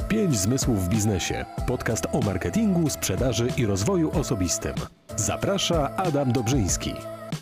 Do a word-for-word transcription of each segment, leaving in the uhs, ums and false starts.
Pięć zmysłów w biznesie. Podcast o marketingu, sprzedaży i rozwoju osobistym. Zaprasza Adam Dobrzyński.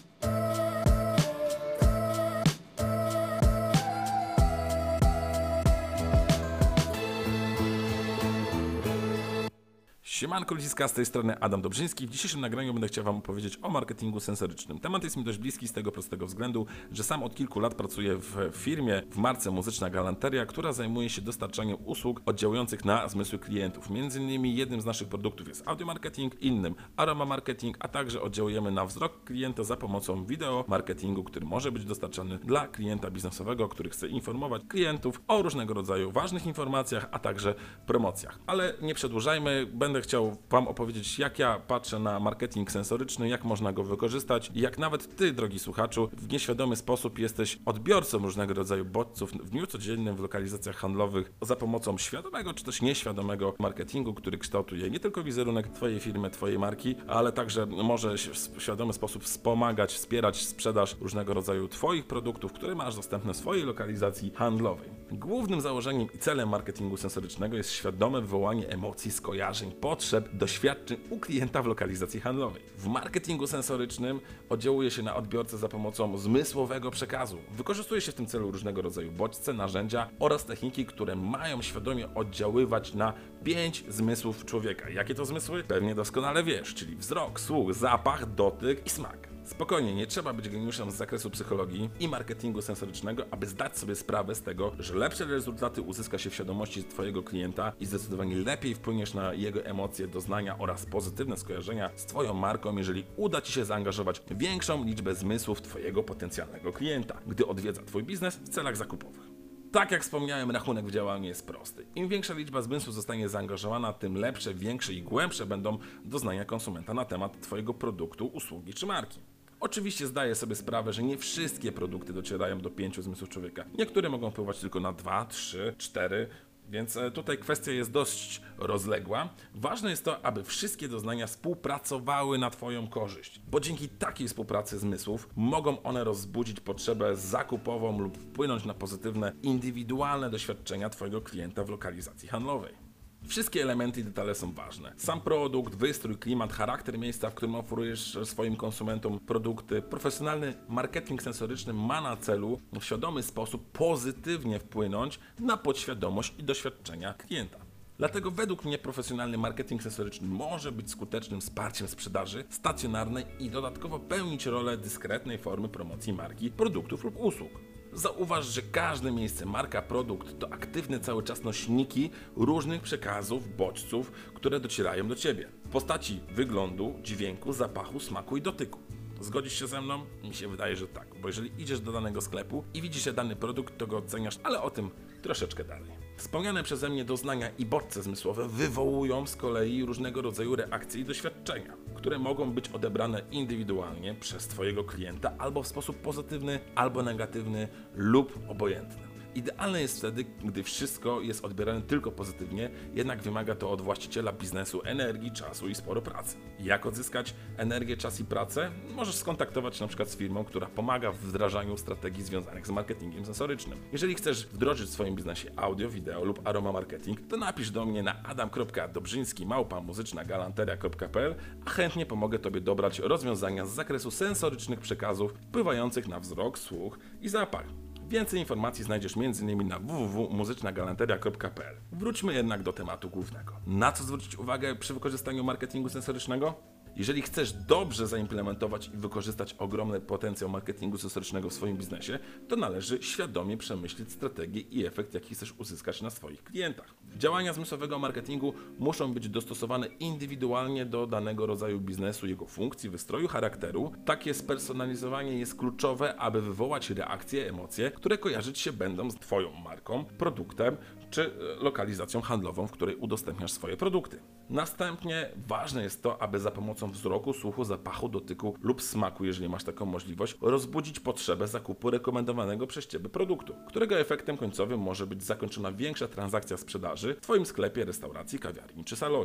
Siemanko ludziska, z tej strony Adam Dobrzyński. W dzisiejszym nagraniu będę chciał Wam opowiedzieć o marketingu sensorycznym. Temat jest mi dość bliski z tego prostego względu, że sam od kilku lat pracuję w firmie, w marce Muzyczna Galanteria, która zajmuje się dostarczaniem usług oddziałujących na zmysły klientów. Między innymi jednym z naszych produktów jest audio marketing, innym aroma marketing, a także oddziałujemy na wzrok klienta za pomocą wideo marketingu, który może być dostarczany dla klienta biznesowego, który chce informować klientów o różnego rodzaju ważnych informacjach, a także promocjach. Ale nie przedłużajmy, będę chciał Wam opowiedzieć, jak ja patrzę na marketing sensoryczny, jak można go wykorzystać i jak nawet Ty, drogi słuchaczu, w nieświadomy sposób jesteś odbiorcą różnego rodzaju bodźców w dniu codziennym w lokalizacjach handlowych za pomocą świadomego czy też nieświadomego marketingu, który kształtuje nie tylko wizerunek Twojej firmy, Twojej marki, ale także może w świadomy sposób wspomagać, wspierać sprzedaż różnego rodzaju Twoich produktów, które masz dostępne w swojej lokalizacji handlowej. Głównym założeniem i celem marketingu sensorycznego jest świadome wywołanie emocji, skojarzeń, potrzeb, doświadczeń u klienta w lokalizacji handlowej. W marketingu sensorycznym oddziałuje się na odbiorcę za pomocą zmysłowego przekazu. Wykorzystuje się w tym celu różnego rodzaju bodźce, narzędzia oraz techniki, które mają świadomie oddziaływać na pięć zmysłów człowieka. Jakie to zmysły? Pewnie doskonale wiesz, czyli wzrok, słuch, zapach, dotyk i smak. Spokojnie, nie trzeba być geniuszem z zakresu psychologii i marketingu sensorycznego, aby zdać sobie sprawę z tego, że lepsze rezultaty uzyska się w świadomości Twojego klienta i zdecydowanie lepiej wpłyniesz na jego emocje, doznania oraz pozytywne skojarzenia z Twoją marką, jeżeli uda Ci się zaangażować większą liczbę zmysłów Twojego potencjalnego klienta, gdy odwiedza Twój biznes w celach zakupowych. Tak jak wspomniałem, rachunek w działaniu jest prosty. Im większa liczba zmysłów zostanie zaangażowana, tym lepsze, większe i głębsze będą doznania konsumenta na temat Twojego produktu, usługi czy marki. Oczywiście zdaję sobie sprawę, że nie wszystkie produkty docierają do pięciu zmysłów człowieka. Niektóre mogą wpływać tylko na dwa, trzy, cztery, więc tutaj kwestia jest dość rozległa. Ważne jest to, aby wszystkie doznania współpracowały na Twoją korzyść, bo dzięki takiej współpracy zmysłów mogą one rozbudzić potrzebę zakupową lub wpłynąć na pozytywne, indywidualne doświadczenia Twojego klienta w lokalizacji handlowej. Wszystkie elementy i detale są ważne. Sam produkt, wystrój, klimat, charakter miejsca, w którym oferujesz swoim konsumentom produkty. Profesjonalny marketing sensoryczny ma na celu w świadomy sposób pozytywnie wpłynąć na podświadomość i doświadczenia klienta. Dlatego według mnie profesjonalny marketing sensoryczny może być skutecznym wsparciem sprzedaży stacjonarnej i dodatkowo pełnić rolę dyskretnej formy promocji marki, produktów lub usług. Zauważ, że każde miejsce, marka, produkt to aktywne cały czas nośniki różnych przekazów, bodźców, które docierają do Ciebie w postaci wyglądu, dźwięku, zapachu, smaku i dotyku. Zgodzisz się ze mną? Mi się wydaje, że tak, bo jeżeli idziesz do danego sklepu i widzisz dany produkt, to go oceniasz, ale o tym troszeczkę dalej. Wspomniane przeze mnie doznania i bodźce zmysłowe wywołują z kolei różnego rodzaju reakcje i doświadczenia, które mogą być odebrane indywidualnie przez Twojego klienta albo w sposób pozytywny, albo negatywny lub obojętny. Idealne jest wtedy, gdy wszystko jest odbierane tylko pozytywnie, jednak wymaga to od właściciela biznesu energii, czasu i sporo pracy. Jak odzyskać energię, czas i pracę? Możesz skontaktować się na przykład z firmą, która pomaga w wdrażaniu strategii związanych z marketingiem sensorycznym. Jeżeli chcesz wdrożyć w swoim biznesie audio, wideo lub aroma marketing, to napisz do mnie na adam kropka dobrzyński małpa muzyczna galanteria kropka p l, a chętnie pomogę Tobie dobrać rozwiązania z zakresu sensorycznych przekazów wpływających na wzrok, słuch i zapach. Więcej informacji znajdziesz m.in. na w w w kropka muzyczna galanteria kropka p l. Wróćmy jednak do tematu głównego. Na co zwrócić uwagę przy wykorzystaniu marketingu sensorycznego? Jeżeli chcesz dobrze zaimplementować i wykorzystać ogromny potencjał marketingu sensorycznego w swoim biznesie, to należy świadomie przemyśleć strategię i efekt, jaki chcesz uzyskać na swoich klientach. Działania zmysłowego marketingu muszą być dostosowane indywidualnie do danego rodzaju biznesu, jego funkcji, wystroju, charakteru. Takie spersonalizowanie jest kluczowe, aby wywołać reakcje, emocje, które kojarzyć się będą z Twoją marką, produktem czy lokalizacją handlową, w której udostępniasz swoje produkty. Następnie ważne jest to, aby za pomocą wzroku, słuchu, zapachu, dotyku lub smaku, jeżeli masz taką możliwość, rozbudzić potrzebę zakupu rekomendowanego przez Ciebie produktu, którego efektem końcowym może być zakończona większa transakcja sprzedaży w Twoim sklepie, restauracji, kawiarni czy salonie.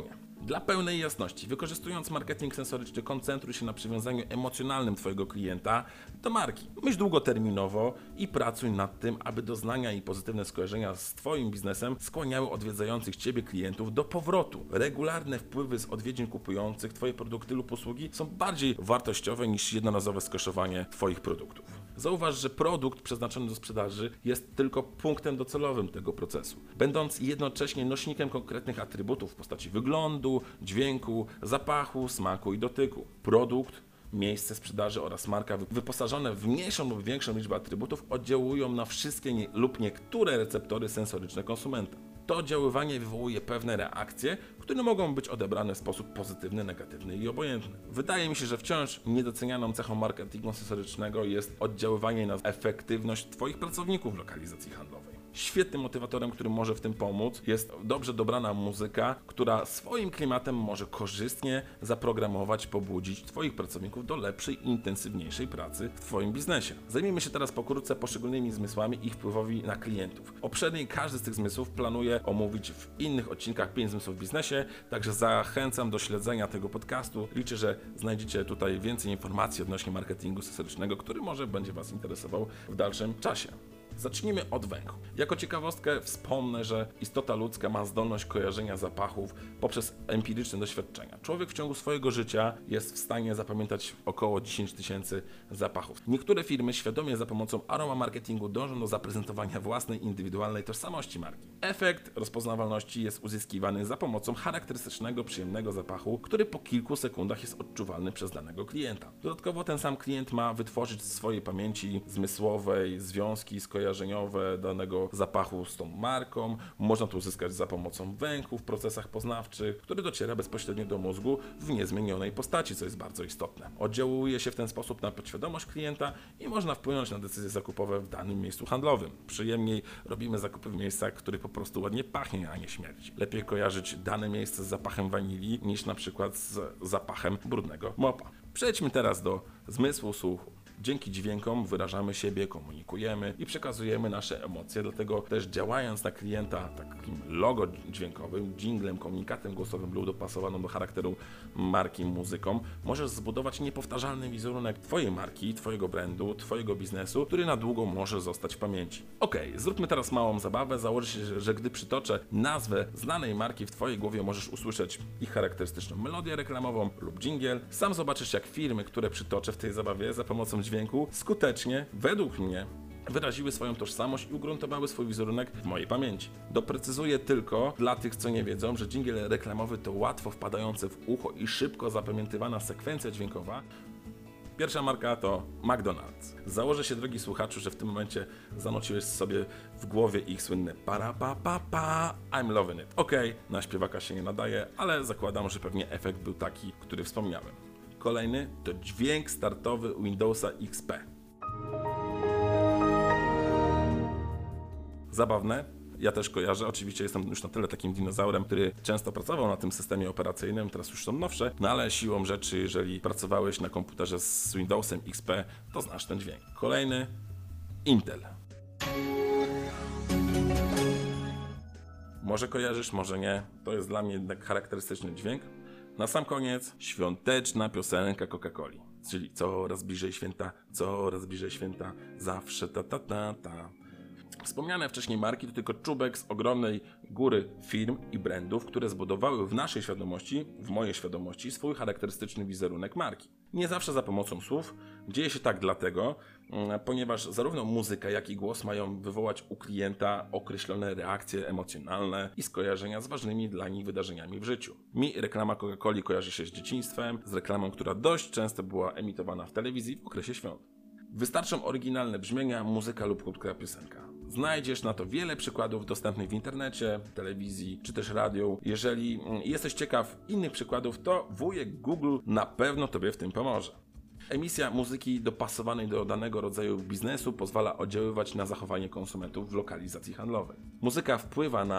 Dla pełnej jasności, wykorzystując marketing sensoryczny, koncentruj się na przywiązaniu emocjonalnym Twojego klienta do marki. Myśl długoterminowo i pracuj nad tym, aby doznania i pozytywne skojarzenia z Twoim biznesem skłaniały odwiedzających Ciebie klientów do powrotu. Regularne wpływy z odwiedzin kupujących Twoje produkty lub usługi są bardziej wartościowe niż jednorazowe skoszowanie Twoich produktów. Zauważ, że produkt przeznaczony do sprzedaży jest tylko punktem docelowym tego procesu, będąc jednocześnie nośnikiem konkretnych atrybutów w postaci wyglądu, dźwięku, zapachu, smaku i dotyku. Produkt, miejsce sprzedaży oraz marka wyposażone w mniejszą lub większą liczbę atrybutów oddziałują na wszystkie nie, lub niektóre receptory sensoryczne konsumenta. To oddziaływanie wywołuje pewne reakcje, które mogą być odebrane w sposób pozytywny, negatywny i obojętny. Wydaje mi się, że wciąż niedocenianą cechą marketingu sensorycznego jest oddziaływanie na efektywność Twoich pracowników w lokalizacji handlowej. Świetnym motywatorem, który może w tym pomóc, jest dobrze dobrana muzyka, która swoim klimatem może korzystnie zaprogramować, pobudzić Twoich pracowników do lepszej i intensywniejszej pracy w Twoim biznesie. Zajmijmy się teraz pokrótce poszczególnymi zmysłami i ich wpływowi na klientów. Obszernie każdy z tych zmysłów planuję omówić w innych odcinkach pięć zmysłów w biznesie, także zachęcam do śledzenia tego podcastu. Liczę, że znajdziecie tutaj więcej informacji odnośnie marketingu sensorycznego, który może będzie Was interesował w dalszym czasie. Zacznijmy od węchu. Jako ciekawostkę wspomnę, że istota ludzka ma zdolność kojarzenia zapachów poprzez empiryczne doświadczenia. Człowiek w ciągu swojego życia jest w stanie zapamiętać około dziesięć tysięcy zapachów. Niektóre firmy świadomie za pomocą aromamarketingu dążą do zaprezentowania własnej indywidualnej tożsamości marki. Efekt rozpoznawalności jest uzyskiwany za pomocą charakterystycznego, przyjemnego zapachu, który po kilku sekundach jest odczuwalny przez danego klienta. Dodatkowo ten sam klient ma wytworzyć w swojej pamięci zmysłowej związki skojarzeniowe danego zapachu z tą marką. Można to uzyskać za pomocą węchu w procesach poznawczych, który dociera bezpośrednio do mózgu w niezmienionej postaci, co jest bardzo istotne. Oddziałuje się w ten sposób na podświadomość klienta i można wpłynąć na decyzje zakupowe w danym miejscu handlowym. Przyjemniej robimy zakupy w miejscach, w których po prostu ładnie pachnie, a nie śmierdzi. Lepiej kojarzyć dane miejsce z zapachem wanilii niż na przykład z zapachem brudnego mopa. Przejdźmy teraz do zmysłu słuchu. Dzięki dźwiękom wyrażamy siebie, komunikujemy i przekazujemy nasze emocje, dlatego też działając na klienta takim logo dźwiękowym, dżinglem, komunikatem głosowym lub dopasowaną do charakteru marki muzyką, możesz zbudować niepowtarzalny wizerunek Twojej marki, Twojego brandu, Twojego biznesu, który na długo może zostać w pamięci. Ok, zróbmy teraz małą zabawę. Założę się, że gdy przytoczę nazwę znanej marki w Twojej głowie, możesz usłyszeć ich charakterystyczną melodię reklamową lub dżingiel. Sam zobaczysz, jak firmy, które przytoczę w tej zabawie za pomocą dźwięku, skutecznie, według mnie, wyraziły swoją tożsamość i ugruntowały swój wizerunek w mojej pamięci. Doprecyzuję tylko dla tych, co nie wiedzą, że dżingiel reklamowy to łatwo wpadające w ucho i szybko zapamiętywana sekwencja dźwiękowa. Pierwsza marka to McDonald's. Założę się, drogi słuchaczu, że w tym momencie zanosiłeś sobie w głowie ich słynne para pa pa pa, I'm loving it. Okej, okay, na śpiewaka się nie nadaje, ale zakładam, że pewnie efekt był taki, który wspomniałem. Kolejny to dźwięk startowy Windowsa X P. Zabawne? Ja też kojarzę, oczywiście jestem już na tyle takim dinozaurem, który często pracował na tym systemie operacyjnym, teraz już są nowsze, no ale siłą rzeczy, jeżeli pracowałeś na komputerze z Windowsem X P, to znasz ten dźwięk. Kolejny, Intel. Może kojarzysz, może nie, to jest dla mnie jednak charakterystyczny dźwięk. Na sam koniec świąteczna piosenka Coca-Coli, czyli coraz bliżej święta, coraz bliżej święta, zawsze ta ta ta ta. Wspomniane wcześniej marki to tylko czubek z ogromnej góry firm i brandów, które zbudowały w naszej świadomości, w mojej świadomości, swój charakterystyczny wizerunek marki. Nie zawsze za pomocą słów. Dzieje się tak dlatego, ponieważ zarówno muzyka, jak i głos mają wywołać u klienta określone reakcje emocjonalne i skojarzenia z ważnymi dla nich wydarzeniami w życiu. Mi reklama Coca-Coli kojarzy się z dzieciństwem, z reklamą, która dość często była emitowana w telewizji w okresie świąt. Wystarczą oryginalne brzmienia, muzyka lub krótka piosenka. Znajdziesz na to wiele przykładów dostępnych w internecie, telewizji czy też radiu. Jeżeli jesteś ciekaw innych przykładów, to wujek Google na pewno Tobie w tym pomoże. Emisja muzyki dopasowanej do danego rodzaju biznesu pozwala oddziaływać na zachowanie konsumentów w lokalizacji handlowej. Muzyka wpływa na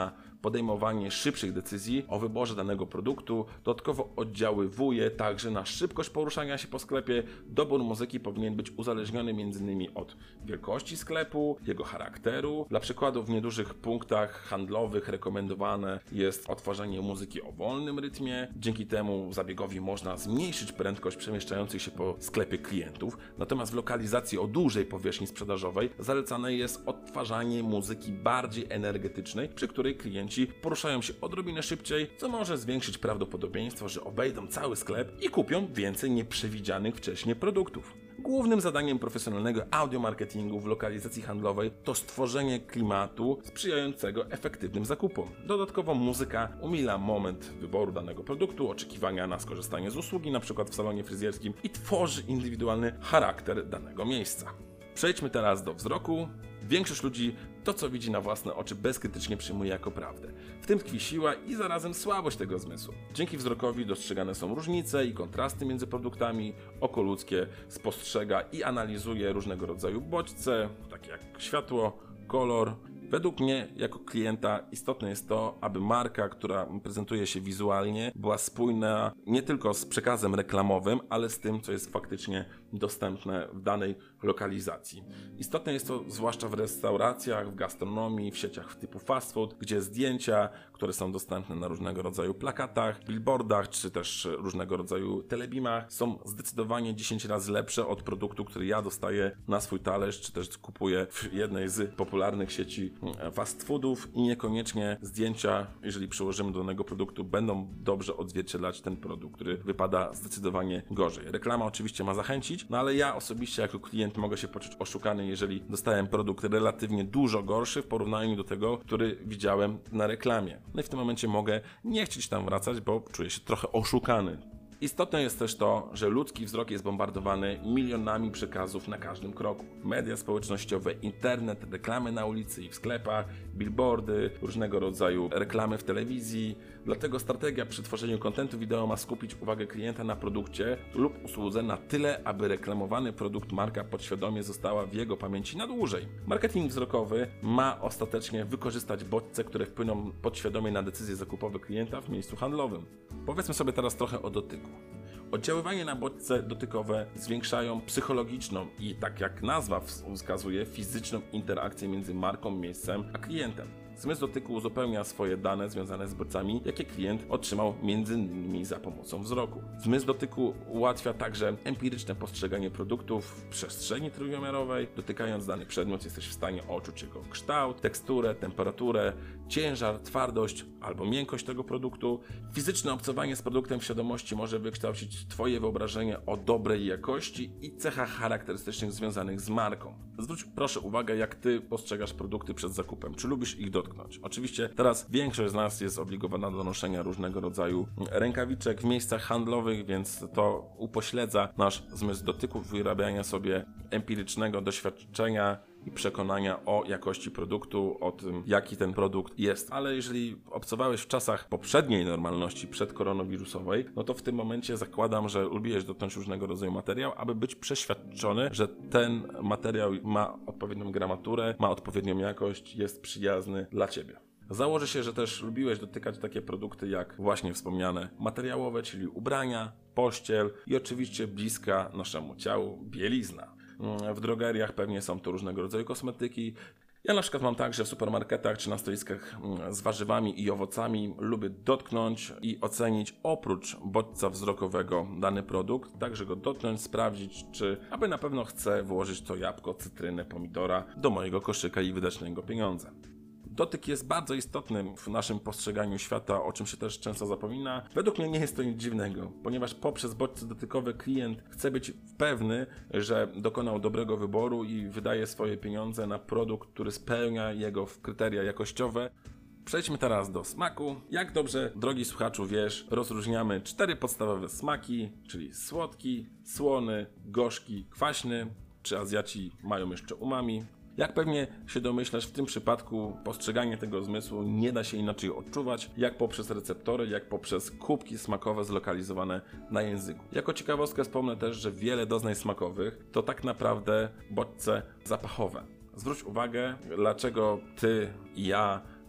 podejmowanie szybszych decyzji o wyborze danego produktu. Dodatkowo oddziaływuje także na szybkość poruszania się po sklepie. Dobór muzyki powinien być uzależniony m.in. od wielkości sklepu, jego charakteru. Dla przykładu w niedużych punktach handlowych rekomendowane jest odtwarzanie muzyki o wolnym rytmie. Dzięki temu zabiegowi można zmniejszyć prędkość przemieszczających się po sklepie klientów. Natomiast w lokalizacji o dużej powierzchni sprzedażowej zalecane jest odtwarzanie muzyki bardziej energetycznej, przy której klienci poruszają się odrobinę szybciej, co może zwiększyć prawdopodobieństwo, że obejdą cały sklep i kupią więcej nieprzewidzianych wcześniej produktów. Głównym zadaniem profesjonalnego audiomarketingu w lokalizacji handlowej to stworzenie klimatu sprzyjającego efektywnym zakupom. Dodatkowo muzyka umila moment wyboru danego produktu, oczekiwania na skorzystanie z usługi, np. w salonie fryzjerskim, i tworzy indywidualny charakter danego miejsca. Przejdźmy teraz do wzroku. Większość ludzi to, co widzi na własne oczy, bezkrytycznie przyjmuje jako prawdę. W tym tkwi siła i zarazem słabość tego zmysłu. Dzięki wzrokowi dostrzegane są różnice i kontrasty między produktami. Oko ludzkie spostrzega i analizuje różnego rodzaju bodźce, takie jak światło, kolor. Według mnie, jako klienta, istotne jest to, aby marka, która prezentuje się wizualnie, była spójna nie tylko z przekazem reklamowym, ale z tym, co jest faktycznie dostępne w danej lokalizacji. Istotne jest to zwłaszcza w restauracjach, w gastronomii, w sieciach typu fast food, gdzie zdjęcia, które są dostępne na różnego rodzaju plakatach, billboardach, czy też różnego rodzaju telebimach, są zdecydowanie dziesięć razy lepsze od produktu, który ja dostaję na swój talerz, czy też kupuję w jednej z popularnych sieci fast foodów, i niekoniecznie zdjęcia, jeżeli przyłożymy do danego produktu, będą dobrze odzwierciedlać ten produkt, który wypada zdecydowanie gorzej. Reklama oczywiście ma zachęcić, no ale ja osobiście jako klient mogę się poczuć oszukany, jeżeli dostałem produkt relatywnie dużo gorszy w porównaniu do tego, który widziałem na reklamie. No i w tym momencie mogę nie chcieć tam wracać, bo czuję się trochę oszukany. Istotne jest też to, że ludzki wzrok jest bombardowany milionami przekazów na każdym kroku. Media społecznościowe, internet, reklamy na ulicy i w sklepach, billboardy, różnego rodzaju reklamy w telewizji. Dlatego strategia przy tworzeniu kontentu wideo ma skupić uwagę klienta na produkcie lub usłudze na tyle, aby reklamowany produkt marka podświadomie została w jego pamięci na dłużej. Marketing wzrokowy ma ostatecznie wykorzystać bodźce, które wpłyną podświadomie na decyzje zakupowe klienta w miejscu handlowym. Powiedzmy sobie teraz trochę o dotyku. Oddziaływanie na bodźce dotykowe zwiększają psychologiczną i, tak jak nazwa wskazuje, fizyczną interakcję między marką, miejscem a klientem. Zmysł dotyku uzupełnia swoje dane związane z bodźcami, jakie klient otrzymał między innymi za pomocą wzroku. Zmysł dotyku ułatwia także empiryczne postrzeganie produktów w przestrzeni trójwymiarowej. Dotykając dany przedmiot jesteś w stanie odczuć jego kształt, teksturę, temperaturę, ciężar, twardość albo miękkość tego produktu. Fizyczne obcowanie z produktem w świadomości może wykształcić Twoje wyobrażenie o dobrej jakości i cechach charakterystycznych związanych z marką. Zwróć proszę uwagę, jak Ty postrzegasz produkty przed zakupem. Czy lubisz ich dotknąć? Oczywiście teraz większość z nas jest obligowana do noszenia różnego rodzaju rękawiczek w miejscach handlowych, więc to upośledza nasz zmysł dotyku, wyrabiania sobie empirycznego doświadczenia i przekonania o jakości produktu, o tym, jaki ten produkt jest. Ale jeżeli obcowałeś w czasach poprzedniej normalności, przedkoronawirusowej, no to w tym momencie zakładam, że lubiłeś dotknąć różnego rodzaju materiał, aby być przeświadczony, że ten materiał ma odpowiednią gramaturę, ma odpowiednią jakość, jest przyjazny dla Ciebie. Założę się, że też lubiłeś dotykać takie produkty jak właśnie wspomniane materiałowe, czyli ubrania, pościel i oczywiście bliska naszemu ciału bielizna. W drogeriach pewnie są to różnego rodzaju kosmetyki. Ja na przykład mam tak, że w supermarketach czy na stoiskach z warzywami i owocami lubię dotknąć i ocenić oprócz bodźca wzrokowego dany produkt, także go dotknąć, sprawdzić, czy aby na pewno chcę włożyć to jabłko, cytrynę, pomidora do mojego koszyka i wydać na niego pieniądze. Dotyk jest bardzo istotny w naszym postrzeganiu świata, o czym się też często zapomina. Według mnie nie jest to nic dziwnego, ponieważ poprzez bodźce dotykowe klient chce być pewny, że dokonał dobrego wyboru i wydaje swoje pieniądze na produkt, który spełnia jego kryteria jakościowe. Przejdźmy teraz do smaku. Jak dobrze, drogi słuchaczu, wiesz, rozróżniamy cztery podstawowe smaki, czyli słodki, słony, gorzki, kwaśny, czy Azjaci mają jeszcze umami. Jak pewnie się domyślasz, w tym przypadku postrzeganie tego zmysłu nie da się inaczej odczuwać, jak poprzez receptory, jak poprzez kubki smakowe zlokalizowane na języku. Jako ciekawostkę wspomnę też, że wiele doznań smakowych to tak naprawdę bodźce zapachowe. Zwróć uwagę, dlaczego Ty i ja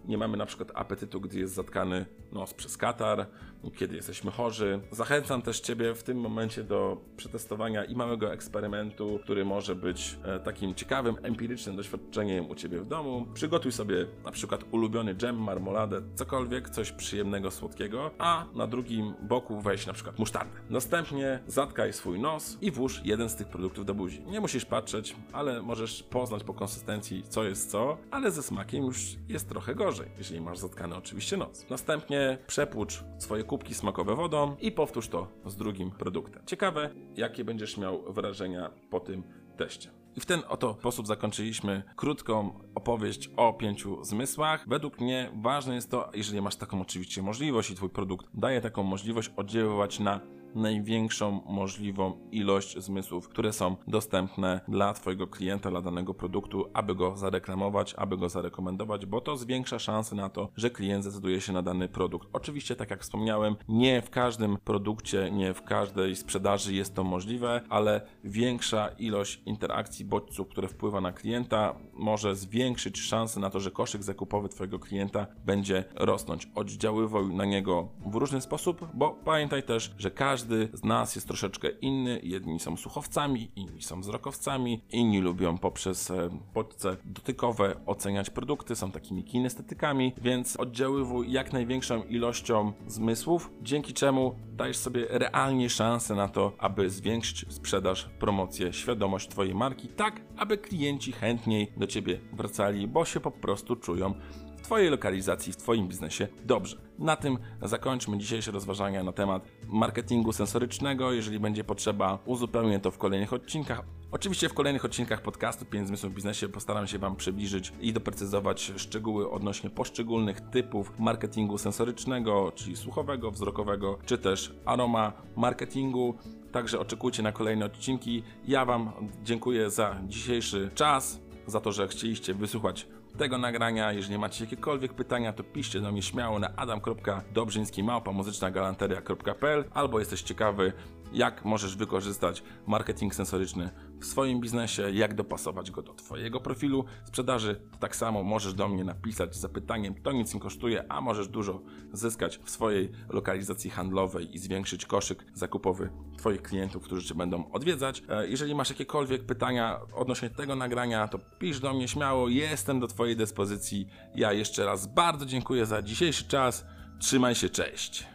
nie mamy na przykład apetytu, gdy jest zatkany nos przez katar, kiedy jesteśmy chorzy. Zachęcam też Ciebie w tym momencie do przetestowania i małego eksperymentu, który może być takim ciekawym, empirycznym doświadczeniem u Ciebie w domu. Przygotuj sobie na przykład ulubiony dżem, marmoladę, cokolwiek, coś przyjemnego, słodkiego, a na drugim boku weź na przykład musztardę. Następnie zatkaj swój nos i włóż jeden z tych produktów do buzi. Nie musisz patrzeć, ale możesz poznać po konsystencji, co jest co, ale ze smakiem już jest trochę gorzej, jeżeli masz zatkany oczywiście nos. Następnie przepłucz swoje kubki smakowe wodą i powtórz to z drugim produktem. Ciekawe, jakie będziesz miał wrażenia po tym teście. I w ten oto sposób zakończyliśmy krótką opowieść o pięciu zmysłach. Według mnie ważne jest to, jeżeli masz taką oczywiście możliwość i Twój produkt daje taką możliwość, oddziaływać na największą możliwą ilość zmysłów, które są dostępne dla Twojego klienta, dla danego produktu, aby go zareklamować, aby go zarekomendować, bo to zwiększa szanse na to, że klient zdecyduje się na dany produkt. Oczywiście, tak jak wspomniałem, nie w każdym produkcie, nie w każdej sprzedaży jest to możliwe, ale większa ilość interakcji, bodźców, które wpływa na klienta, może zwiększyć szanse na to, że koszyk zakupowy Twojego klienta będzie rosnąć. Oddziaływał na niego w różny sposób, bo pamiętaj też, że każdy Każdy z nas jest troszeczkę inny. Jedni są słuchowcami, inni są wzrokowcami, inni lubią poprzez bodźce dotykowe oceniać produkty, są takimi kinestetykami, więc oddziaływuj jak największą ilością zmysłów, dzięki czemu dajesz sobie realnie szansę na to, aby zwiększyć sprzedaż, promocję, świadomość Twojej marki, tak aby klienci chętniej do Ciebie wracali, bo się po prostu czują w Twojej lokalizacji, w Twoim biznesie dobrze. Na tym zakończmy dzisiejsze rozważania na temat marketingu sensorycznego. Jeżeli będzie potrzeba, uzupełnię to w kolejnych odcinkach. Oczywiście w kolejnych odcinkach podcastu pięć zmysłów w biznesie postaram się Wam przybliżyć i doprecyzować szczegóły odnośnie poszczególnych typów marketingu sensorycznego, czyli słuchowego, wzrokowego, czy też aroma marketingu. Także oczekujcie na kolejne odcinki. Ja Wam dziękuję za dzisiejszy czas, za to, że chcieliście wysłuchać tego nagrania. Jeżeli macie jakiekolwiek pytania, to piszcie do mnie śmiało na adam kropka dobrzyński małpa muzyczna galanteria kropka p l albo jesteś ciekawy, jak możesz wykorzystać marketing sensoryczny w swoim biznesie, jak dopasować go do Twojego profilu sprzedaży, to tak samo możesz do mnie napisać z zapytaniem, to nic nie kosztuje, a możesz dużo zyskać w swojej lokalizacji handlowej i zwiększyć koszyk zakupowy Twoich klientów, którzy Cię będą odwiedzać. Jeżeli masz jakiekolwiek pytania odnośnie tego nagrania, to pisz do mnie śmiało, jestem do Twojej dyspozycji. Ja jeszcze raz bardzo dziękuję za dzisiejszy czas, trzymaj się, cześć!